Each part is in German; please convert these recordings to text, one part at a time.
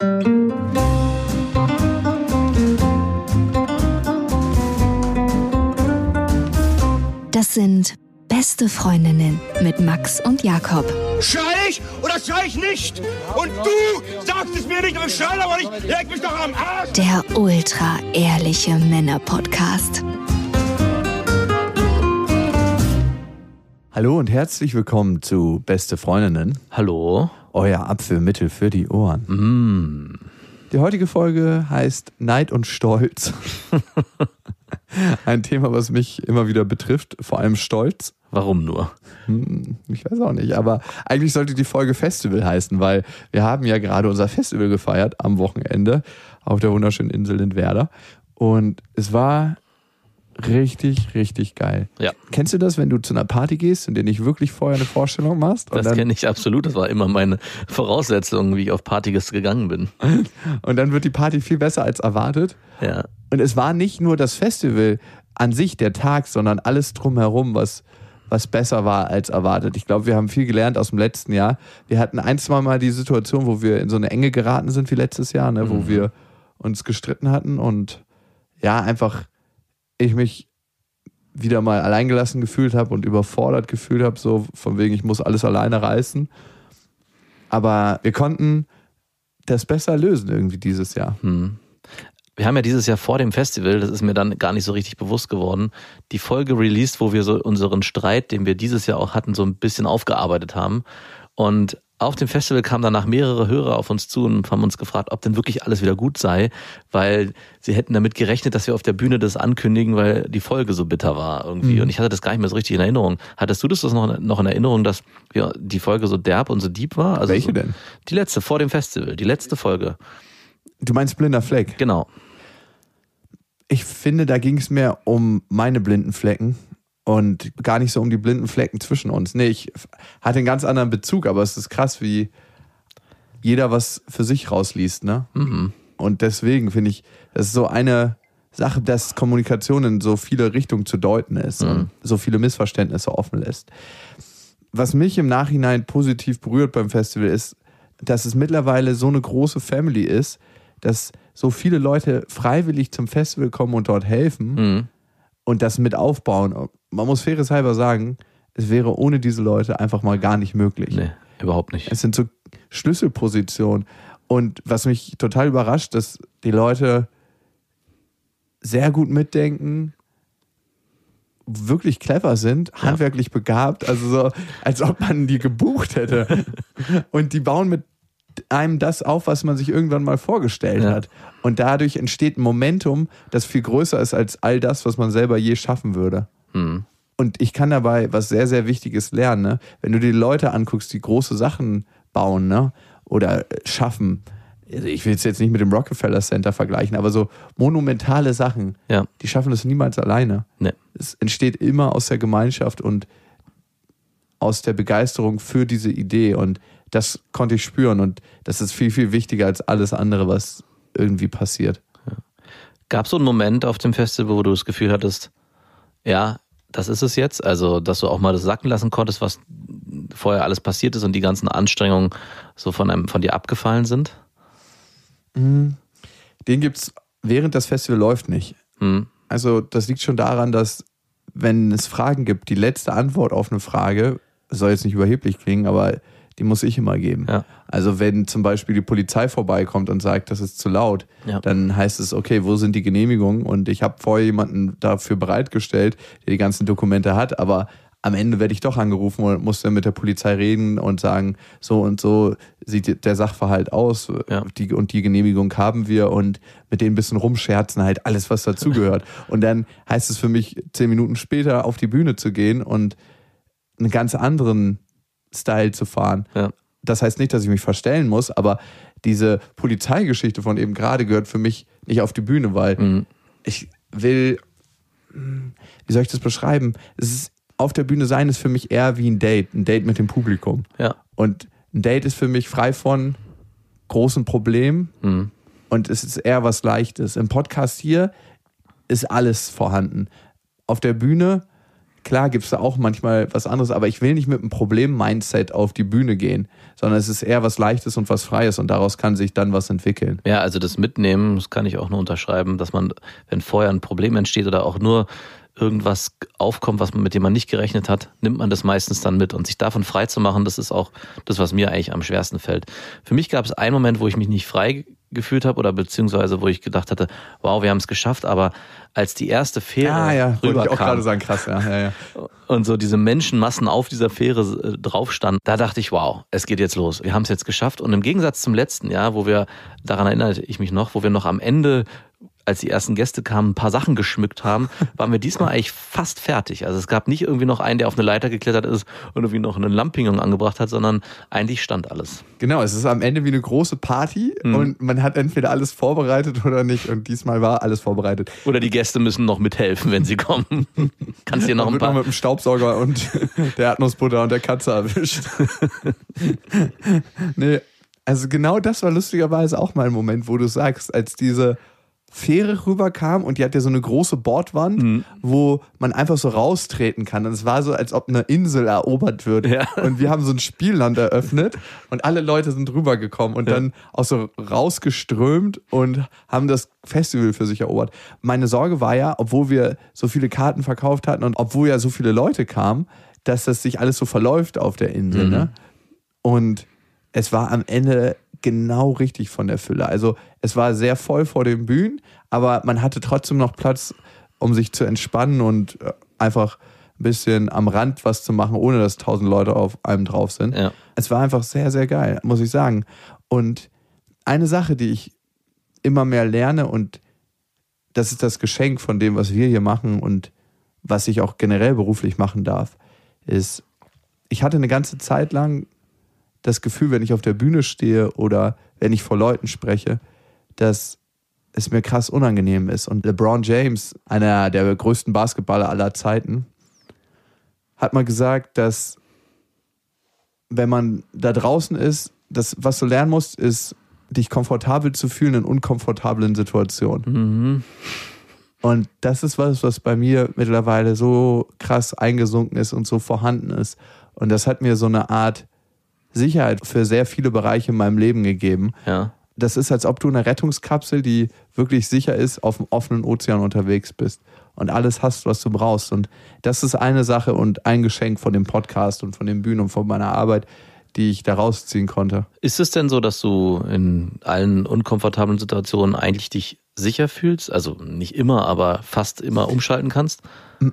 Das sind Beste Freundinnen mit Max und Jakob. Schrei ich oder schrei ich nicht? Und du sagst es mir nicht, aber ich schrei aber nicht. Leg mich doch am Arsch. Der ultra-ehrliche Männer-Podcast. Hallo und herzlich willkommen zu Beste Freundinnen. Hallo. Euer Abführmittel für die Ohren. Die heutige Folge heißt Neid und Stolz. Ein Thema, was mich immer wieder betrifft, vor allem Stolz. Warum nur? Ich weiß auch nicht, aber eigentlich sollte die Folge Festival heißen, weil wir haben ja gerade unser Festival gefeiert am Wochenende auf der wunderschönen Insel Lindwerder und es war richtig, richtig geil. Ja. Kennst du das, wenn du zu einer Party gehst und dir nicht wirklich vorher eine Vorstellung machst? Das kenne ich absolut, das war immer meine Voraussetzung, wie ich auf Partys gegangen bin. Und dann wird die Party viel besser als erwartet. Ja. Und es war nicht nur das Festival an sich, der Tag, sondern alles drumherum, was besser war als erwartet. Ich glaube, wir haben viel gelernt aus dem letzten Jahr. Wir hatten ein, zwei Mal die Situation, wo wir in so eine Enge geraten sind wie letztes Jahr, ne, wo wir uns gestritten hatten und ja, einfach ich mich wieder mal alleingelassen gefühlt habe und überfordert gefühlt habe, so von wegen, ich muss alles alleine reißen. Aber wir konnten das besser lösen irgendwie dieses Jahr. Wir haben ja dieses Jahr vor dem Festival, das ist mir dann gar nicht so richtig bewusst geworden, die Folge released, wo wir so unseren Streit, den wir dieses Jahr auch hatten, so ein bisschen aufgearbeitet haben. Und auf dem Festival kamen danach mehrere Hörer auf uns zu und haben uns gefragt, ob denn wirklich alles wieder gut sei, weil sie hätten damit gerechnet, dass wir auf der Bühne das ankündigen, weil die Folge so bitter war irgendwie. Und ich hatte das gar nicht mehr so richtig in Erinnerung. Hattest du das noch in Erinnerung, dass die Folge so derb und so deep war? Also welche denn? Die letzte, vor dem Festival, die letzte Folge. Du meinst Blinder Fleck? Genau. Ich finde, da ging es mehr um meine blinden Flecken und gar nicht so um die blinden Flecken zwischen uns. Nee, ich hatte einen ganz anderen Bezug, aber es ist krass, wie jeder was für sich rausliest, ne? Und deswegen finde ich, das ist so eine Sache, dass Kommunikation in so viele Richtungen zu deuten ist und so viele Missverständnisse offen lässt. Was mich im Nachhinein positiv berührt beim Festival ist, dass es mittlerweile so eine große Family ist, dass so viele Leute freiwillig zum Festival kommen und dort helfen und das mit aufbauen. Man muss fairerweise sagen, es wäre ohne diese Leute einfach mal gar nicht möglich. Nee, überhaupt nicht. Es sind so Schlüsselpositionen. Und was mich total überrascht, dass die Leute sehr gut mitdenken, wirklich clever sind, handwerklich begabt, also so, als ob man die gebucht hätte. Und die bauen mit einem das auf, was man sich irgendwann mal vorgestellt hat. Und dadurch entsteht ein Momentum, das viel größer ist als all das, was man selber je schaffen würde. Und ich kann dabei was sehr, sehr Wichtiges lernen. Ne? Wenn du dir die Leute anguckst, die große Sachen bauen, ne? Oder schaffen, also ich will es jetzt nicht mit dem Rockefeller Center vergleichen, aber so monumentale Sachen, die schaffen das niemals alleine. Nee. Es entsteht immer aus der Gemeinschaft und aus der Begeisterung für diese Idee. Und das konnte ich spüren. Und das ist viel, viel wichtiger als alles andere, was irgendwie passiert. Gab es so einen Moment auf dem Festival, wo du das Gefühl hattest, ja, das ist es jetzt? Also, dass du auch mal das sacken lassen konntest, was vorher alles passiert ist und die ganzen Anstrengungen so von dir abgefallen sind? Den gibt's während das Festival läuft nicht. Also, das liegt schon daran, dass, wenn es Fragen gibt, die letzte Antwort auf eine Frage, soll jetzt nicht überheblich klingen, aber die muss ich immer geben. Ja. Also wenn zum Beispiel die Polizei vorbeikommt und sagt, das ist zu laut, dann heißt es, okay, wo sind die Genehmigungen? Und ich habe vorher jemanden dafür bereitgestellt, der die ganzen Dokumente hat, aber am Ende werde ich doch angerufen und muss dann mit der Polizei reden und sagen, so und so sieht der Sachverhalt aus, die Genehmigung haben wir und mit denen ein bisschen rumscherzen, halt alles, was dazugehört. Und dann heißt es für mich, 10 Minuten später auf die Bühne zu gehen und einen ganz anderen Style zu fahren. Ja. Das heißt nicht, dass ich mich verstellen muss, aber diese Polizeigeschichte von eben gerade gehört für mich nicht auf die Bühne, weil ich will, wie soll ich das beschreiben? Es ist, auf der Bühne sein ist für mich eher wie ein Date mit dem Publikum. Ja. Und ein Date ist für mich frei von großen Problemen und es ist eher was Leichtes. Im Podcast hier ist alles vorhanden. Auf der Bühne klar gibt es da auch manchmal was anderes, aber ich will nicht mit einem Problem-Mindset auf die Bühne gehen, sondern es ist eher was Leichtes und was Freies und daraus kann sich dann was entwickeln. Ja, also das Mitnehmen, das kann ich auch nur unterschreiben, dass man, wenn vorher ein Problem entsteht oder auch nur irgendwas aufkommt, mit dem man nicht gerechnet hat, nimmt man das meistens dann mit. Und sich davon frei zu machen, das ist auch das, was mir eigentlich am schwersten fällt. Für mich gab es einen Moment, wo ich mich nicht frei gefühlt habe oder beziehungsweise wo ich gedacht hatte, wow, wir haben es geschafft, aber als die erste Fähre rüberkam, wollte ich auch gerade sagen, krass, ja. Und so diese Menschenmassen auf dieser Fähre drauf standen, da dachte ich, wow, es geht jetzt los. Wir haben es jetzt geschafft. Und im Gegensatz zum letzten Jahr, daran erinnere ich mich noch, wo wir noch am Ende, als die ersten Gäste kamen, ein paar Sachen geschmückt haben, waren wir diesmal eigentlich fast fertig. Also es gab nicht irgendwie noch einen, der auf eine Leiter geklettert ist und irgendwie noch einen Lampion angebracht hat, sondern eigentlich stand alles. Genau, es ist am Ende wie eine große Party und man hat entweder alles vorbereitet oder nicht und diesmal war alles vorbereitet. Oder die Gäste müssen noch mithelfen, wenn sie kommen. Kannst dir noch ein paar... mit dem Staubsauger und der Erdnussbutter und der Katze erwischt. Nee, also genau das war lustigerweise auch mal ein Moment, wo du sagst, als diese Fähre rüberkam und die hat ja so eine große Bordwand, wo man einfach so raustreten kann. Und es war so, als ob eine Insel erobert wird. Ja. Und wir haben so ein Spielland eröffnet und alle Leute sind rübergekommen und dann auch so rausgeströmt und haben das Festival für sich erobert. Meine Sorge war ja, obwohl wir so viele Karten verkauft hatten und obwohl ja so viele Leute kamen, dass das sich alles so verläuft auf der Insel. Ne? Und es war am Ende genau richtig von der Fülle. Also es war sehr voll vor den Bühnen, aber man hatte trotzdem noch Platz, um sich zu entspannen und einfach ein bisschen am Rand was zu machen, ohne dass 1000 Leute auf einem drauf sind. Ja. Es war einfach sehr, sehr geil, muss ich sagen. Und eine Sache, die ich immer mehr lerne und das ist das Geschenk von dem, was wir hier machen und was ich auch generell beruflich machen darf, ist, ich hatte eine ganze Zeit lang das Gefühl, wenn ich auf der Bühne stehe oder wenn ich vor Leuten spreche, dass es mir krass unangenehm ist. Und LeBron James, einer der größten Basketballer aller Zeiten, hat mal gesagt, dass wenn man da draußen ist, das, was du lernen musst, ist, dich komfortabel zu fühlen in unkomfortablen Situationen. Und das ist was bei mir mittlerweile so krass eingesunken ist und so vorhanden ist. Und das hat mir so eine Art Sicherheit für sehr viele Bereiche in meinem Leben gegeben. Ja. Das ist, als ob du in einer Rettungskapsel, die wirklich sicher ist, auf dem offenen Ozean unterwegs bist und alles hast, was du brauchst. Und das ist eine Sache und ein Geschenk von dem Podcast und von den Bühnen und von meiner Arbeit, die ich da rausziehen konnte. Ist es denn so, dass du in allen unkomfortablen Situationen eigentlich dich sicher fühlst? Also nicht immer, aber fast immer umschalten kannst?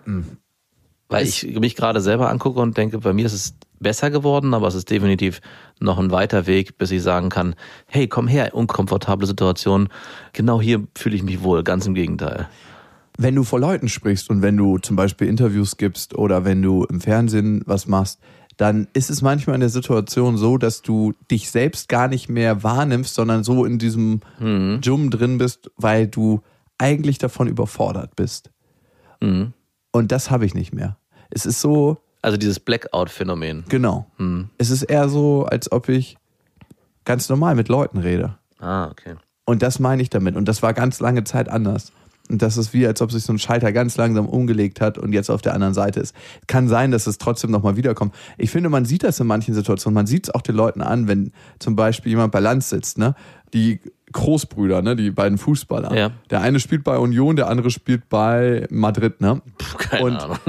Weil ich mich gerade selber angucke und denke, bei mir ist es besser geworden, aber es ist definitiv noch ein weiter Weg, bis ich sagen kann, hey, komm her, unkomfortable Situation, genau hier fühle ich mich wohl, ganz im Gegenteil. Wenn du vor Leuten sprichst und wenn du zum Beispiel Interviews gibst oder wenn du im Fernsehen was machst, dann ist es manchmal in der Situation so, dass du dich selbst gar nicht mehr wahrnimmst, sondern so in diesem Dschungel drin bist, weil du eigentlich davon überfordert bist. Und das habe ich nicht mehr. Es ist so... Also dieses Blackout-Phänomen. Genau. Es ist eher so, als ob ich ganz normal mit Leuten rede. Ah, okay. Und das meine ich damit. Und das war ganz lange Zeit anders. Und das ist wie, als ob sich so ein Schalter ganz langsam umgelegt hat und jetzt auf der anderen Seite ist. Kann sein, dass es trotzdem nochmal wiederkommt. Ich finde, man sieht das in manchen Situationen. Man sieht es auch den Leuten an, wenn zum Beispiel jemand bei Lanz sitzt, ne? Die Großbrüder, ne? Die beiden Fußballer. Ja. Der eine spielt bei Union, der andere spielt bei Madrid, ne? Keine Ahnung.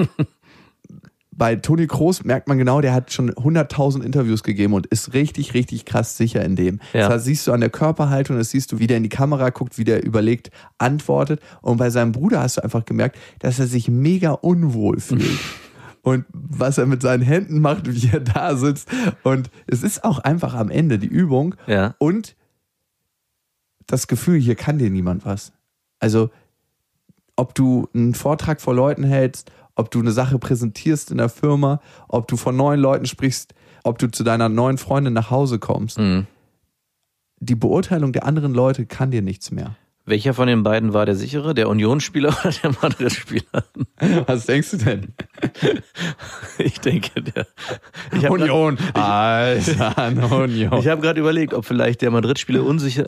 Bei Toni Kroos merkt man genau, der hat schon 100.000 Interviews gegeben und ist richtig, richtig krass sicher in dem. Ja. Das siehst du an der Körperhaltung, das siehst du, wie der in die Kamera guckt, wie der überlegt, antwortet. Und bei seinem Bruder hast du einfach gemerkt, dass er sich mega unwohl fühlt. Und was er mit seinen Händen macht, wie er da sitzt. Und es ist auch einfach am Ende die Übung. Ja. Und das Gefühl, hier kann dir niemand was. Also, ob du einen Vortrag vor Leuten hältst, ob du eine Sache präsentierst in der Firma, ob du von neuen Leuten sprichst, ob du zu deiner neuen Freundin nach Hause kommst. Die Beurteilung der anderen Leute kann dir nichts mehr. Welcher von den beiden war der sichere? Der Union-Spieler oder der Madrid-Spieler? Was denkst du denn? Ich denke, Union. Ich habe gerade überlegt, ob vielleicht der Madrid-Spieler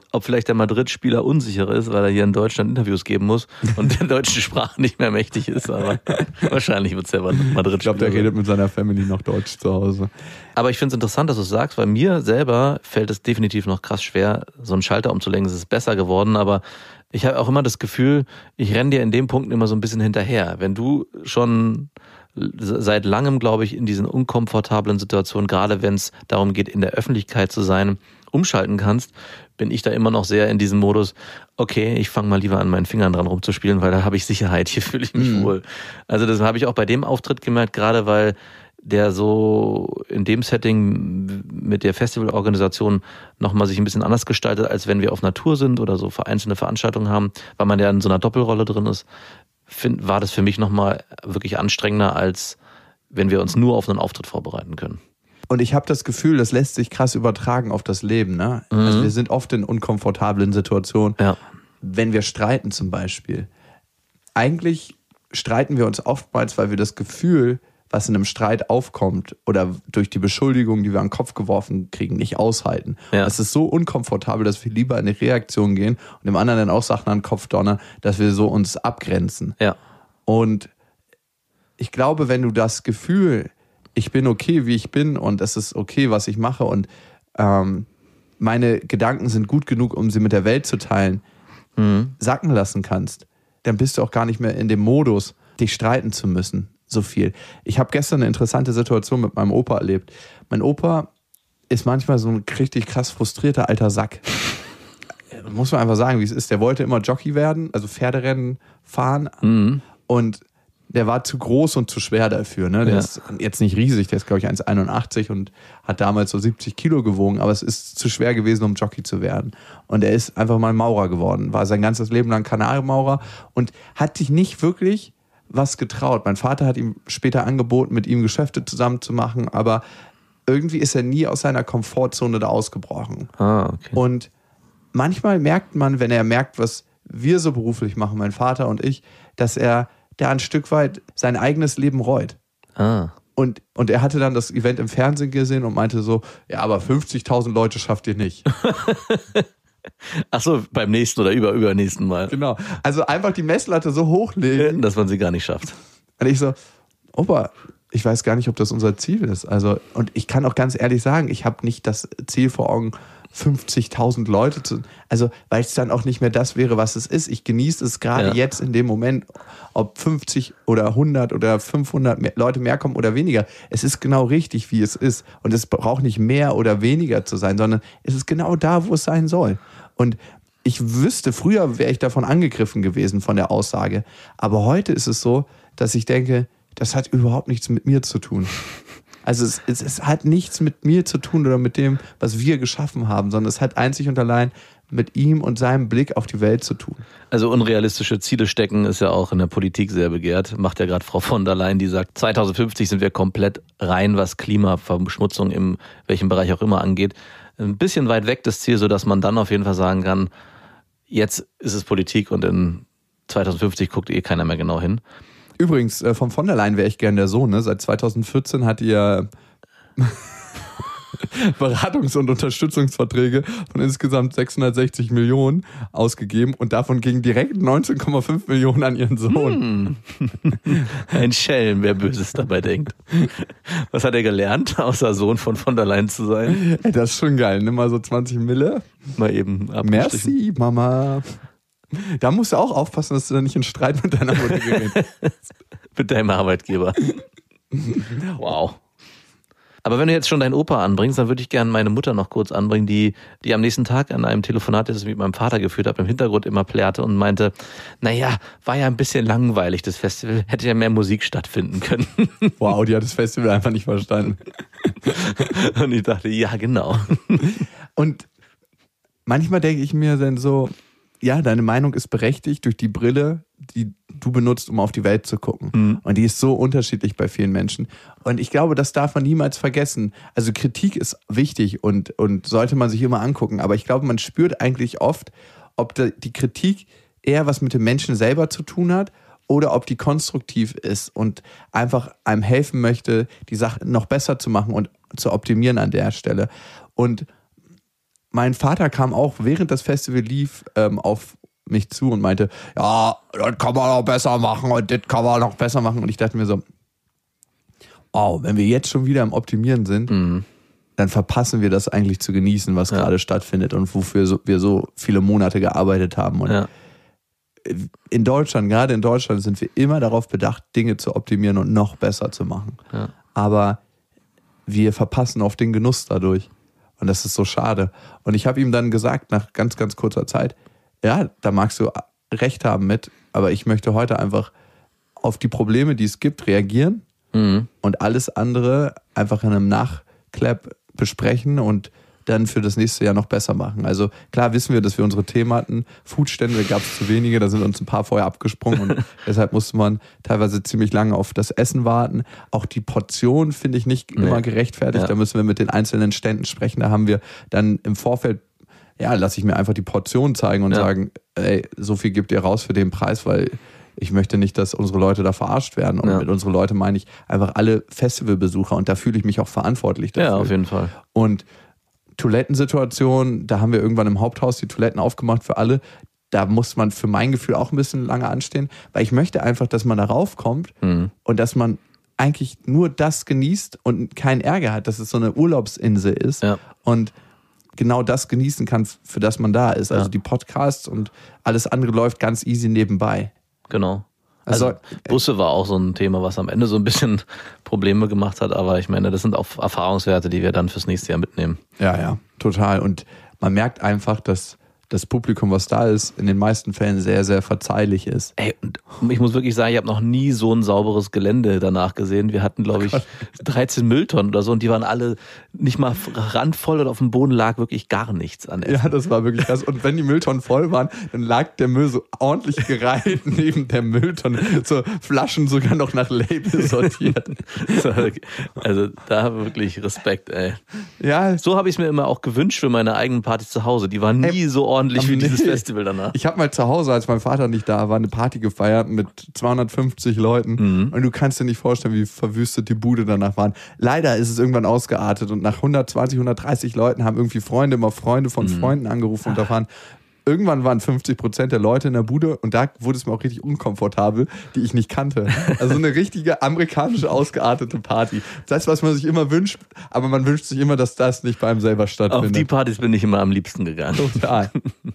unsicherer ist, weil er hier in Deutschland Interviews geben muss und der deutschen Sprache nicht mehr mächtig ist. Aber wahrscheinlich wird es der Madrid-Spieler. Ich glaube, der redet mit seiner Family noch Deutsch zu Hause. Aber ich finde es interessant, dass du es sagst, weil mir selber fällt es definitiv noch krass schwer, so einen Schalter umzulegen. Es ist besser geworden, aber ich habe auch immer das Gefühl, ich renne dir in dem Punkt immer so ein bisschen hinterher. Wenn du schon seit langem, glaube ich, in diesen unkomfortablen Situationen, gerade wenn es darum geht, in der Öffentlichkeit zu sein, umschalten kannst, bin ich da immer noch sehr in diesem Modus, okay, ich fange mal lieber an, meinen Fingern dran rumzuspielen, weil da habe ich Sicherheit, hier fühle ich mich wohl. Also das habe ich auch bei dem Auftritt gemerkt, gerade weil der so in dem Setting mit der Festivalorganisation nochmal sich ein bisschen anders gestaltet, als wenn wir auf einer Tour sind oder so vereinzelte Veranstaltungen haben, weil man ja in so einer Doppelrolle drin ist, war das für mich nochmal wirklich anstrengender, als wenn wir uns nur auf einen Auftritt vorbereiten können. Und ich habe das Gefühl, das lässt sich krass übertragen auf das Leben. Ne? Also wir sind oft in unkomfortablen Situationen, wenn wir streiten zum Beispiel. Eigentlich streiten wir uns oftmals, weil wir das Gefühl, was in einem Streit aufkommt oder durch die Beschuldigung, die wir an den Kopf geworfen kriegen, nicht aushalten. Ja. Es ist so unkomfortabel, dass wir lieber in eine Reaktion gehen und dem anderen dann auch Sachen an den Kopf donnern, dass wir so uns abgrenzen. Ja. Und ich glaube, wenn du das Gefühl, ich bin okay, wie ich bin und es ist okay, was ich mache und meine Gedanken sind gut genug, um sie mit der Welt zu teilen, sacken lassen kannst, dann bist du auch gar nicht mehr in dem Modus, dich streiten zu müssen. So viel. Ich habe gestern eine interessante Situation mit meinem Opa erlebt. Mein Opa ist manchmal so ein richtig krass frustrierter alter Sack. Muss man einfach sagen, wie es ist. Der wollte immer Jockey werden, also Pferderennen fahren. Und der war zu groß und zu schwer dafür. Ne? Der ist jetzt nicht riesig, der ist, glaube ich, 1,81 und hat damals so 70 Kilo gewogen, aber es ist zu schwer gewesen, um Jockey zu werden. Und er ist einfach mal Maurer geworden, war sein ganzes Leben lang Kanalmaurer und hat sich nicht wirklich was getraut. Mein Vater hat ihm später angeboten, mit ihm Geschäfte zusammen zu machen, aber irgendwie ist er nie aus seiner Komfortzone da ausgebrochen. Okay. Und manchmal merkt man, wenn er merkt, was wir so beruflich machen, mein Vater und ich, dass er da ein Stück weit sein eigenes Leben reut. Und er hatte dann das Event im Fernsehen gesehen und meinte so, ja, aber 50.000 Leute schafft ihr nicht. Ach so, beim nächsten oder übernächsten Mal. Genau. Also einfach die Messlatte so hochlegen, dass man sie gar nicht schafft. Und ich so, Opa, ich weiß gar nicht, ob das unser Ziel ist. Also, und ich kann auch ganz ehrlich sagen, ich habe nicht das Ziel vor Augen, 50.000 Leute zu, also weil es dann auch nicht mehr das wäre, was es ist. Ich genieße es gerade jetzt in dem Moment, ob 50 oder 100 oder 500 Leute mehr kommen oder weniger. Es ist genau richtig, wie es ist. Und es braucht nicht mehr oder weniger zu sein, sondern es ist genau da, wo es sein soll. Und ich wüsste, früher wäre ich davon angegriffen gewesen, von der Aussage. Aber heute ist es so, dass ich denke, das hat überhaupt nichts mit mir zu tun. Also es hat nichts mit mir zu tun oder mit dem, was wir geschaffen haben, sondern es hat einzig und allein mit ihm und seinem Blick auf die Welt zu tun. Also unrealistische Ziele stecken ist ja auch in der Politik sehr begehrt. Macht ja gerade Frau von der Leyen, die sagt, 2050 sind wir komplett rein, was Klimaverschmutzung in welchem Bereich auch immer angeht. Ein bisschen weit weg das Ziel, sodass man dann auf jeden Fall sagen kann, jetzt ist es Politik und in 2050 guckt keiner mehr genau hin. Übrigens, von der Leyen wäre ich gern der Sohn. Ne? Seit 2014 hat ihr Beratungs- und Unterstützungsverträge von insgesamt 660 Millionen ausgegeben und davon gingen direkt 19,5 Millionen an ihren Sohn. Ein Schelm, wer Böses dabei denkt. Was hat er gelernt, außer Sohn von der Leyen zu sein? Ey, das ist schon geil, nimm mal so 20 Mille. Mal eben abgestrichen. Merci, Mama. Da musst du auch aufpassen, dass du da nicht in Streit mit deiner Mutter gerätst. Mit deinem Arbeitgeber. Wow. Aber wenn du jetzt schon deinen Opa anbringst, dann würde ich gerne meine Mutter noch kurz anbringen, die am nächsten Tag an einem Telefonat, das ich mit meinem Vater geführt habe, im Hintergrund immer plärrte und meinte, naja, war ja ein bisschen langweilig, das Festival, hätte ja mehr Musik stattfinden können. Wow, die hat das Festival einfach nicht verstanden. Und ich dachte, ja, genau. Und manchmal denke ich mir dann so, ja, deine Meinung ist berechtigt durch die Brille, die du benutzt, um auf die Welt zu gucken. Und die ist so unterschiedlich bei vielen Menschen. Und ich glaube, das darf man niemals vergessen. Also Kritik ist wichtig und sollte man sich immer angucken. Aber ich glaube, man spürt eigentlich oft, ob die Kritik eher was mit dem Menschen selber zu tun hat oder ob die konstruktiv ist und einfach einem helfen möchte, die Sache noch besser zu machen und zu optimieren an der Stelle. Und mein Vater kam auch, während das Festival lief, auf mich zu und meinte, ja, das kann man noch besser machen und das kann man noch besser machen. Und ich dachte mir so, oh, wenn wir jetzt schon wieder im Optimieren sind, dann verpassen wir das eigentlich zu genießen, was gerade stattfindet und wofür wir so viele Monate gearbeitet haben. Und in Deutschland, gerade in Deutschland, sind wir immer darauf bedacht, Dinge zu optimieren und noch besser zu machen. Ja. Aber wir verpassen oft den Genuss dadurch. Und das ist so schade. Und ich habe ihm dann gesagt, nach ganz, ganz kurzer Zeit, ja, da magst du recht haben mit, aber ich möchte heute einfach auf die Probleme, die es gibt, reagieren und alles andere einfach in einem Nachklapp besprechen und dann für das nächste Jahr noch besser machen. Also klar wissen wir, dass wir unsere Themen hatten. Foodstände gab es zu wenige, da sind uns ein paar vorher abgesprungen und deshalb musste man teilweise ziemlich lange auf das Essen warten. Auch die Portion finde ich nicht immer gerechtfertigt. Ja. Da müssen wir mit den einzelnen Ständen sprechen. Da haben wir dann im Vorfeld, lasse ich mir einfach die Portion zeigen und sagen, ey, so viel gebt ihr raus für den Preis, weil ich möchte nicht, dass unsere Leute da verarscht werden. Und mit unsere Leute meine ich einfach alle Festivalbesucher und da fühle ich mich auch verantwortlich dafür. Ja, auf jeden Fall. Und Toilettensituation, da haben wir irgendwann im Haupthaus die Toiletten aufgemacht für alle. Da muss man für mein Gefühl auch ein bisschen lange anstehen, weil ich möchte einfach, dass man da raufkommt und dass man eigentlich nur das genießt und keinen Ärger hat, dass es so eine Urlaubsinsel ist und genau das genießen kann, für das man da ist. Also die Podcasts und alles andere läuft ganz easy nebenbei. Genau. Also Busse war auch so ein Thema, was am Ende so ein bisschen Probleme gemacht hat, aber ich meine, das sind auch Erfahrungswerte, die wir dann fürs nächste Jahr mitnehmen. Ja, total. Und man merkt einfach, dass das Publikum, was da ist, in den meisten Fällen sehr, sehr verzeihlich ist. Ey, und ich muss wirklich sagen, ich habe noch nie so ein sauberes Gelände danach gesehen. Wir hatten, glaube ich, 13 Mülltonnen oder so und die waren alle nicht mal randvoll und auf dem Boden lag wirklich gar nichts an Essen. Ja, das war wirklich krass. Und wenn die Mülltonnen voll waren, dann lag der Müll so ordentlich gereiht neben der Mülltonne. So Flaschen sogar noch nach Label sortiert. Also da wirklich Respekt, ey. Ja. So habe ich es mir immer auch gewünscht für meine eigenen Partys zu Hause. Die waren nie so ordentlich wie dieses Festival danach. Ich habe mal zu Hause, als mein Vater nicht da war, eine Party gefeiert mit 250 Leuten und du kannst dir nicht vorstellen, wie verwüstet die Bude danach waren. Leider ist es irgendwann ausgeartet und nach 120, 130 Leuten haben irgendwie Freunde von Freunden angerufen und da waren irgendwann waren 50% der Leute in der Bude und da wurde es mir auch richtig unkomfortabel, die ich nicht kannte. Also eine richtige amerikanische ausgeartete Party. Das ist, was man sich immer wünscht, aber man wünscht sich immer, dass das nicht bei einem selber stattfindet. Auf die Partys bin ich immer am liebsten gegangen. Total.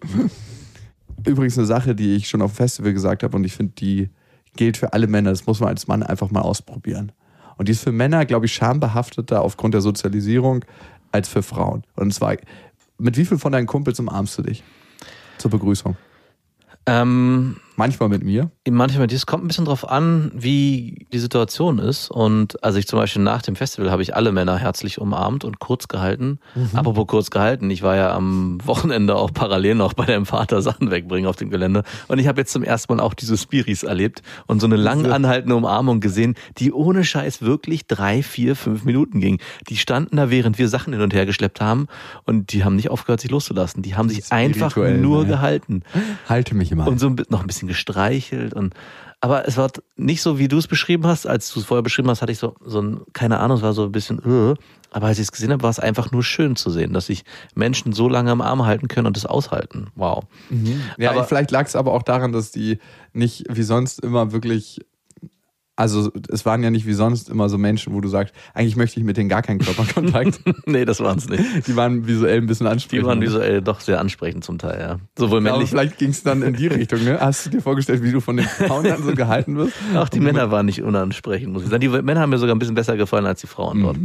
Übrigens eine Sache, die ich schon auf dem Festival gesagt habe und ich finde, die gilt für alle Männer. Das muss man als Mann einfach mal ausprobieren. Und die ist für Männer, glaube ich, schambehafteter aufgrund der Sozialisierung als für Frauen. Und zwar, mit wie viel von deinen Kumpels umarmst du dich? Zur Begrüßung. Manchmal mit mir. Manchmal mit dir. Es kommt ein bisschen drauf an, wie die Situation ist. Und also ich zum Beispiel nach dem Festival habe ich alle Männer herzlich umarmt und kurz gehalten. Apropos kurz gehalten, ich war ja am Wochenende auch parallel noch bei deinem Vater Sachen wegbringen auf dem Gelände. Und ich habe jetzt zum ersten Mal auch diese Spiris erlebt und so eine lang anhaltende Umarmung gesehen, die ohne Scheiß wirklich 3, 4, 5 Minuten ging. Die standen da, während wir Sachen hin und her geschleppt haben und die haben nicht aufgehört, sich loszulassen. Die haben sich einfach nur gehalten. Halte mich immer. Und so noch ein bisschen gestreichelt aber es war nicht so, wie du es beschrieben hast. Als du es vorher beschrieben hast, hatte ich so ein, keine Ahnung, es war so ein bisschen, aber als ich es gesehen habe, war es einfach nur schön zu sehen, dass sich Menschen so lange am Arm halten können und das aushalten. Wow. Ja, aber vielleicht lag es aber auch daran, dass die nicht wie sonst immer wirklich, also es waren ja nicht wie sonst immer so Menschen, wo du sagst, eigentlich möchte ich mit denen gar keinen Körperkontakt. Nee, das waren es nicht. Die waren visuell ein bisschen ansprechend. Die waren visuell doch sehr ansprechend zum Teil, ja. Sowohl männlich. Aber vielleicht ging es dann in die Richtung, ne? Hast du dir vorgestellt, wie du von den Frauen dann so gehalten wirst? Auch die Männer waren nicht unansprechend, muss ich sagen. Die Männer haben mir sogar ein bisschen besser gefallen als die Frauen dort.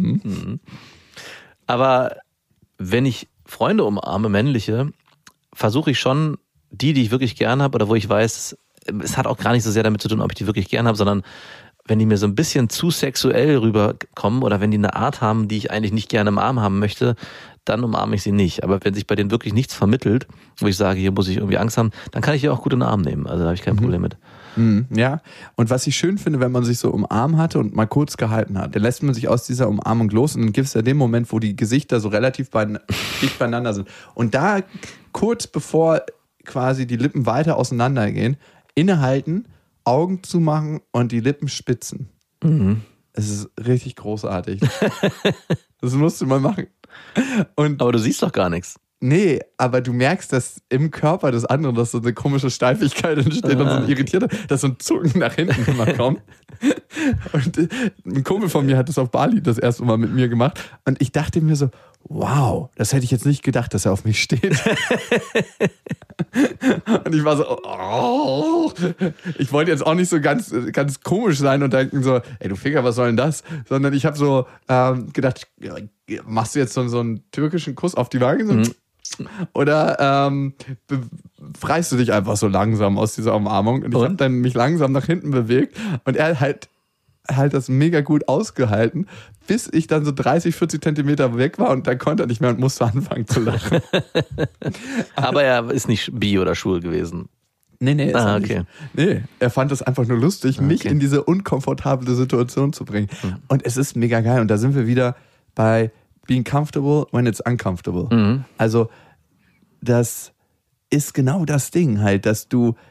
Aber wenn ich Freunde umarme, männliche, versuche ich schon, die ich wirklich gern habe oder wo ich weiß, es hat auch gar nicht so sehr damit zu tun, ob ich die wirklich gern habe, sondern wenn die mir so ein bisschen zu sexuell rüberkommen oder wenn die eine Art haben, die ich eigentlich nicht gerne im Arm haben möchte, dann umarme ich sie nicht. Aber wenn sich bei denen wirklich nichts vermittelt, wo ich sage, hier muss ich irgendwie Angst haben, dann kann ich die auch gut in den Arm nehmen. Also da habe ich kein Problem mit. Ja, und was ich schön finde, wenn man sich so umarmt hatte und mal kurz gehalten hat, dann lässt man sich aus dieser Umarmung los und dann gibt es ja den Moment, wo die Gesichter so relativ dicht beieinander sind. Und da kurz bevor quasi die Lippen weiter auseinandergehen, innehalten Augen zu machen und die Lippen spitzen. Mhm. Es ist richtig großartig. Das musst du mal machen. Aber du siehst doch gar nichts. Nee, aber du merkst, dass im Körper des anderen, dass so eine komische Steifigkeit entsteht und so ein irritierter, dass so ein Zucken nach hinten immer kommt. Und ein Kumpel von mir hat das auf Bali das erste Mal mit mir gemacht. Und ich dachte mir so, wow, das hätte ich jetzt nicht gedacht, dass er auf mich steht. Und ich war so, oh. Ich wollte jetzt auch nicht so ganz komisch sein und denken so, ey du Ficker, was soll denn das? Sondern ich habe so gedacht, machst du jetzt so einen türkischen Kuss auf die Wange? So, oder befreist du dich einfach so langsam aus dieser Umarmung? Und ich habe dann mich langsam nach hinten bewegt und er halt das mega gut ausgehalten, bis ich dann so 30, 40 Zentimeter weg war und dann konnte er nicht mehr und musste anfangen zu lachen. Aber er ist nicht bi oder schwul gewesen. Nee, ist er okay. nicht. Nee, er fand es einfach nur lustig, mich in diese unkomfortable Situation zu bringen. Und es ist mega geil. Und da sind wir wieder bei being comfortable when it's uncomfortable. Mhm. Also das ist genau das Ding halt, dass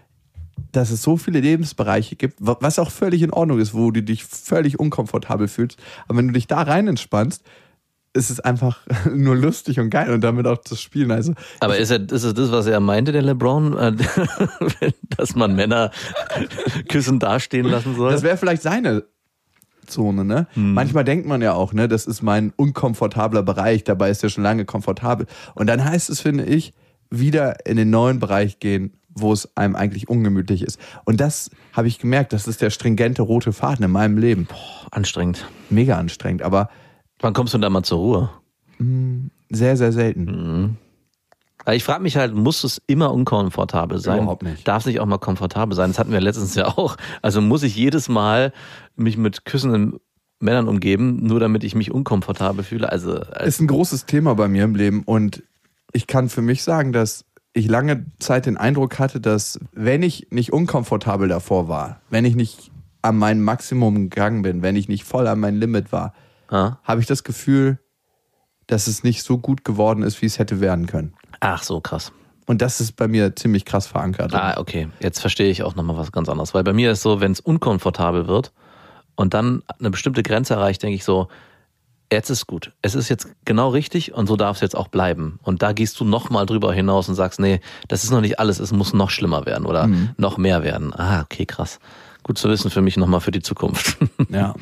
es so viele Lebensbereiche gibt, was auch völlig in Ordnung ist, wo du dich völlig unkomfortabel fühlst. Aber wenn du dich da rein entspannst, ist es einfach nur lustig und geil und damit auch zu spielen. Also, aber ist es das, was er meinte, der LeBron, dass man Männer küssen dastehen lassen soll? Das wäre vielleicht seine Zone, ne? Manchmal denkt man ja auch, ne, das ist mein unkomfortabler Bereich, dabei ist er schon lange komfortabel. Und dann heißt es, finde ich, wieder in den neuen Bereich gehen, wo es einem eigentlich ungemütlich ist. Und das habe ich gemerkt, das ist der stringente rote Faden in meinem Leben. Boah, anstrengend. Mega anstrengend, aber wann kommst du da mal zur Ruhe? sehr, sehr selten. Aber ich frage mich halt, muss es immer unkomfortabel sein? Überhaupt nicht. Darf es nicht auch mal komfortabel sein? Das hatten wir letztens ja auch. Also muss ich jedes Mal mich mit küssenden Männern umgeben, nur damit ich mich unkomfortabel fühle? Also ist ein großes Thema bei mir im Leben und ich kann für mich sagen, dass ich lange Zeit den Eindruck hatte, dass wenn ich nicht unkomfortabel davor war, wenn ich nicht an mein Maximum gegangen bin, wenn ich nicht voll an mein Limit war, habe ich das Gefühl, dass es nicht so gut geworden ist, wie es hätte werden können. Ach so, krass. Und das ist bei mir ziemlich krass verankert. Okay. Jetzt verstehe ich auch nochmal was ganz anderes. Weil bei mir ist so, wenn es unkomfortabel wird und dann eine bestimmte Grenze erreicht, denke ich so, jetzt ist gut. Es ist jetzt genau richtig und so darf es jetzt auch bleiben. Und da gehst du nochmal drüber hinaus und sagst, nee, das ist noch nicht alles, es muss noch schlimmer werden oder noch mehr werden. Okay, krass. Gut zu wissen für mich nochmal für die Zukunft. Ja.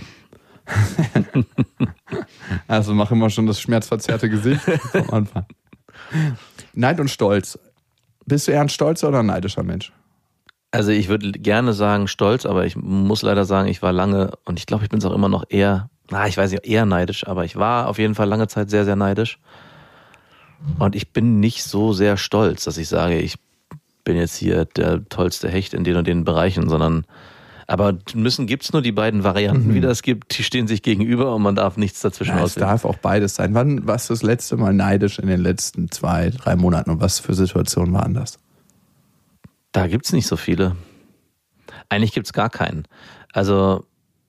Also mach immer schon das schmerzverzerrte Gesicht vom Anfang. Neid und Stolz. Bist du eher ein stolzer oder ein neidischer Mensch? Also ich würde gerne sagen stolz, aber ich muss leider sagen, ich war lange und ich glaube, ich bin es auch immer noch eher neidisch, aber ich war auf jeden Fall lange Zeit sehr, sehr neidisch. Und ich bin nicht so sehr stolz, dass ich sage, ich bin jetzt hier der tollste Hecht in den und den Bereichen, sondern aber gibt's nur die beiden Varianten, wie das gibt, die stehen sich gegenüber und man darf nichts dazwischen auswählen. Es darf auch beides sein. Wann warst du das letzte Mal neidisch in den letzten 2-3 Monaten und was für Situationen waren das? Da gibt's nicht so viele. Eigentlich gibt's gar keinen. Also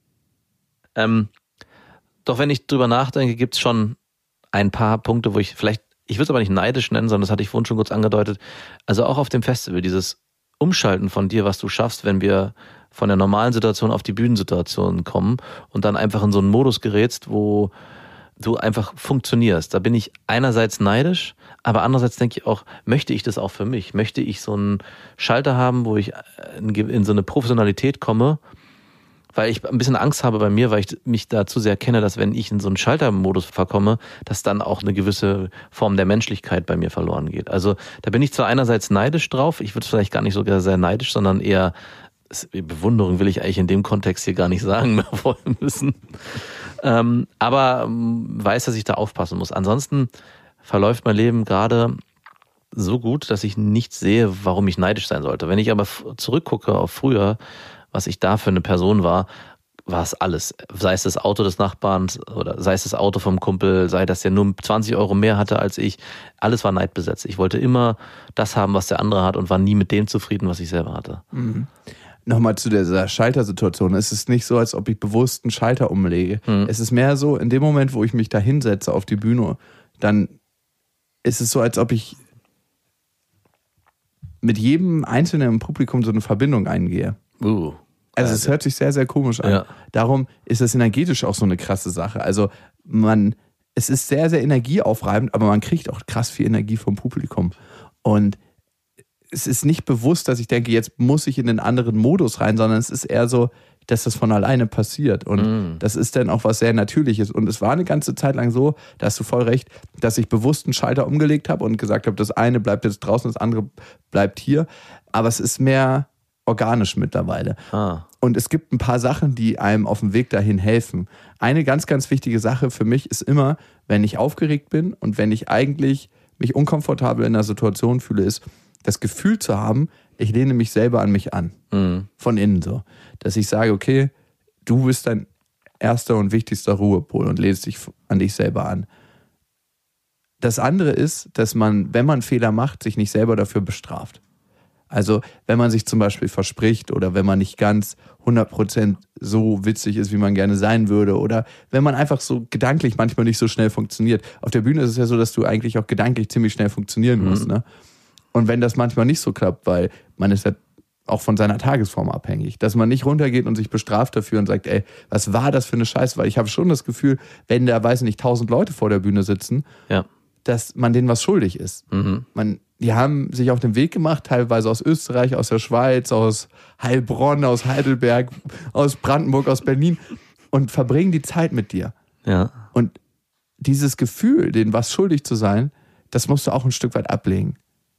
doch wenn ich drüber nachdenke, gibt's schon ein paar Punkte, wo ich würde es aber nicht neidisch nennen, sondern das hatte ich vorhin schon kurz angedeutet. Also auch auf dem Festival, dieses Umschalten von dir, was du schaffst, wenn wir von der normalen Situation auf die Bühnensituation kommen und dann einfach in so einen Modus gerätst, wo du einfach funktionierst. Da bin ich einerseits neidisch, aber andererseits denke ich auch, möchte ich das auch für mich? Möchte ich so einen Schalter haben, wo ich in so eine Professionalität komme? Weil ich ein bisschen Angst habe bei mir, weil ich mich da zu sehr kenne, dass wenn ich in so einen Schaltermodus verkomme, dass dann auch eine gewisse Form der Menschlichkeit bei mir verloren geht. Also da bin ich zwar einerseits neidisch drauf, ich würde vielleicht gar nicht sogar sehr neidisch, sondern eher Bewunderung will ich eigentlich in dem Kontext hier gar nicht sagen mehr wollen müssen. Aber weiß, dass ich da aufpassen muss. Ansonsten verläuft mein Leben gerade so gut, dass ich nicht sehe, warum ich neidisch sein sollte. Wenn ich aber zurückgucke auf früher, was ich da für eine Person war es alles. Sei es das Auto des Nachbarn oder sei es das Auto vom Kumpel, sei das der nur 20 Euro mehr hatte als ich. Alles war neidbesetzt. Ich wollte immer das haben, was der andere hat und war nie mit dem zufrieden, was ich selber hatte. Mhm. Nochmal zu dieser Schaltersituation. Es ist nicht so, als ob ich bewusst einen Schalter umlege. Es ist mehr so, in dem Moment, wo ich mich da hinsetze auf die Bühne, dann ist es so, als ob ich mit jedem Einzelnen im Publikum so eine Verbindung eingehe. Also es hört sich sehr, sehr komisch an. Ja. Darum ist das energetisch auch so eine krasse Sache. Also es ist sehr, sehr energieaufreibend, aber man kriegt auch krass viel Energie vom Publikum. Und es ist nicht bewusst, dass ich denke, jetzt muss ich in den anderen Modus rein, sondern es ist eher so, dass das von alleine passiert. Und das ist dann auch was sehr Natürliches. Und es war eine ganze Zeit lang so, da hast du voll recht, dass ich bewusst einen Schalter umgelegt habe und gesagt habe, das eine bleibt jetzt draußen, das andere bleibt hier. Aber es ist mehr organisch mittlerweile. Und es gibt ein paar Sachen, die einem auf dem Weg dahin helfen. Eine ganz, ganz wichtige Sache für mich ist immer, wenn ich aufgeregt bin und wenn ich eigentlich mich unkomfortabel in einer Situation fühle, ist, das Gefühl zu haben, ich lehne mich selber an mich an. Von innen so. Dass ich sage, okay, du bist dein erster und wichtigster Ruhepol und lehnst dich an dich selber an. Das andere ist, dass man, wenn man Fehler macht, sich nicht selber dafür bestraft. Also wenn man sich zum Beispiel verspricht oder wenn man nicht ganz 100% so witzig ist, wie man gerne sein würde oder wenn man einfach so gedanklich manchmal nicht so schnell funktioniert. Auf der Bühne ist es ja so, dass du eigentlich auch gedanklich ziemlich schnell funktionieren musst. Ne? Und wenn das manchmal nicht so klappt, weil man ist ja auch von seiner Tagesform abhängig, dass man nicht runtergeht und sich bestraft dafür und sagt, ey, was war das für eine Scheiße? Weil ich habe schon das Gefühl, wenn da, weiß ich nicht, 1000 Leute vor der Bühne sitzen, dass man denen was schuldig ist. Die haben sich auf den Weg gemacht, teilweise aus Österreich, aus der Schweiz, aus Heilbronn, aus Heidelberg, aus Brandenburg, aus Berlin und verbringen die Zeit mit dir. Ja. Und dieses Gefühl, denen was schuldig zu sein, das musst du auch ein Stück weit ablegen.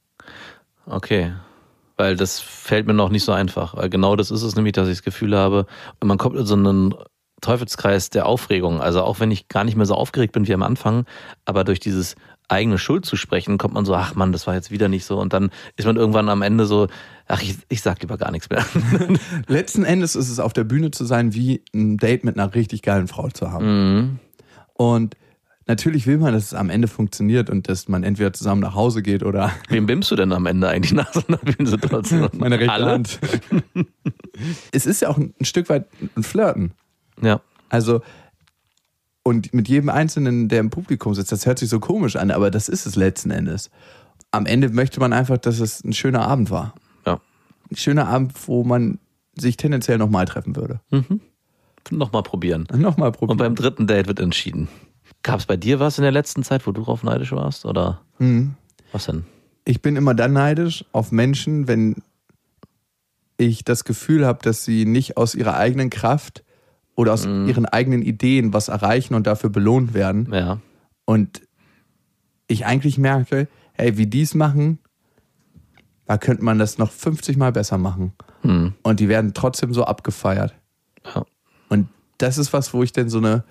Okay, weil das fällt mir noch nicht so einfach. Weil genau das ist es nämlich, dass ich das Gefühl habe, man kommt in so einen Teufelskreis der Aufregung. Also auch wenn ich gar nicht mehr so aufgeregt bin wie am Anfang, aber durch dieses eigene Schuld zu sprechen, kommt man so, ach Mann, das war jetzt wieder nicht so. Und dann ist man irgendwann am Ende so, ach, ich sag lieber gar nichts mehr. Letzten Endes ist es auf der Bühne zu sein, wie ein Date mit einer richtig geilen Frau zu haben. Und natürlich will man, dass es am Ende funktioniert und dass man entweder zusammen nach Hause geht oder... Wem bimmst du denn am Ende eigentlich nach so einer Bühnensituation? Meine rechte Hand. Es ist ja auch ein Stück weit ein Flirten. Ja. Also, und mit jedem Einzelnen, der im Publikum sitzt, das hört sich so komisch an, aber das ist es letzten Endes. Am Ende möchte man einfach, dass es ein schöner Abend war. Ja. Ein schöner Abend, wo man sich tendenziell nochmal treffen würde. Nochmal probieren. Nochmal probieren. Und beim dritten Date wird entschieden. Gab es bei dir was in der letzten Zeit, wo du drauf neidisch warst? Oder was denn? Ich bin immer dann neidisch auf Menschen, wenn ich das Gefühl habe, dass sie nicht aus ihrer eigenen Kraft oder aus ihren eigenen Ideen was erreichen und dafür belohnt werden. Ja. Und ich eigentlich merke, hey, wie die es machen, da könnte man das noch 50 Mal besser machen. Und die werden trotzdem so abgefeiert. Ja. Und das ist was, wo ich dann so eine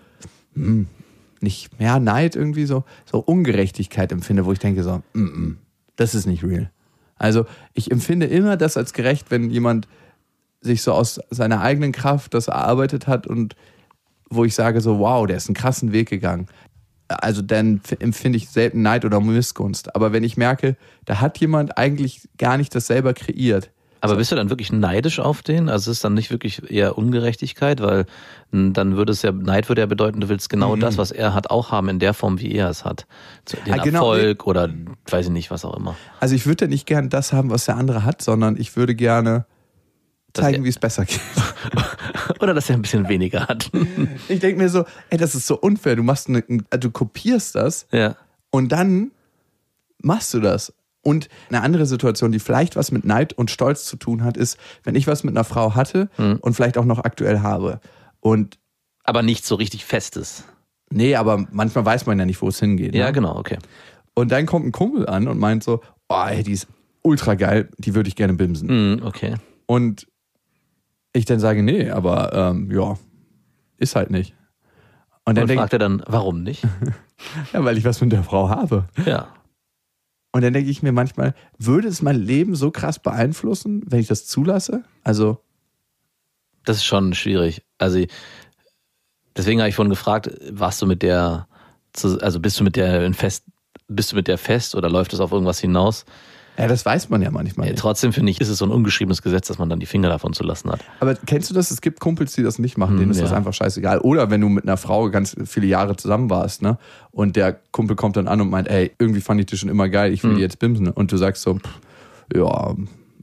nicht mehr Neid, irgendwie so Ungerechtigkeit empfinde, wo ich denke so, das ist nicht real. Also ich empfinde immer das als gerecht, wenn jemand sich so aus seiner eigenen Kraft das erarbeitet hat und wo ich sage so, wow, der ist einen krassen Weg gegangen. Also dann empfinde ich selten Neid oder Missgunst. Aber wenn ich merke, da hat jemand eigentlich gar nicht das selber kreiert. Aber bist du dann wirklich neidisch auf den? Also ist es dann nicht wirklich eher Ungerechtigkeit? Weil dann würde es ja, Neid würde ja bedeuten, du willst genau das, was er hat, auch haben in der Form, wie er es hat. Den Erfolg oder weiß ich nicht, was auch immer. Also ich würde ja nicht gern das haben, was der andere hat, sondern ich würde gerne zeigen, wie es besser geht. Oder dass er ein bisschen weniger hat. Ich denke mir so, ey, das ist so unfair. Du kopierst das und dann machst du das. Und eine andere Situation, die vielleicht was mit Neid und Stolz zu tun hat, ist, wenn ich was mit einer Frau hatte und vielleicht auch noch aktuell habe. Aber nicht so richtig Festes. Nee, aber manchmal weiß man ja nicht, wo es hingeht. Ja, ne? genau, okay. Und dann kommt ein Kumpel an und meint so, oh, ey, die ist ultra geil, die würde ich gerne bimsen. Okay. Und ich dann sage, nee, aber ja, ist halt nicht. Und dann fragt er dann, warum nicht? Ja, weil ich was mit der Frau habe. Ja. Und dann denke ich mir manchmal, würde es mein Leben so krass beeinflussen, wenn ich das zulasse? Also. Das ist schon schwierig. Also, deswegen habe ich vorhin gefragt, warst du mit der, also bist du mit der fest oder läuft es auf irgendwas hinaus? Ja, das weiß man ja manchmal nicht. Trotzdem finde ich, ist es so ein ungeschriebenes Gesetz, dass man dann die Finger davon zu lassen hat. Aber kennst du das? Es gibt Kumpels, die das nicht machen, denen ist das einfach scheißegal. Oder wenn du mit einer Frau ganz viele Jahre zusammen warst, ne? Und der Kumpel kommt dann an und meint, ey, irgendwie fand ich dich schon immer geil, ich will die jetzt bimsen. Und du sagst so, ja,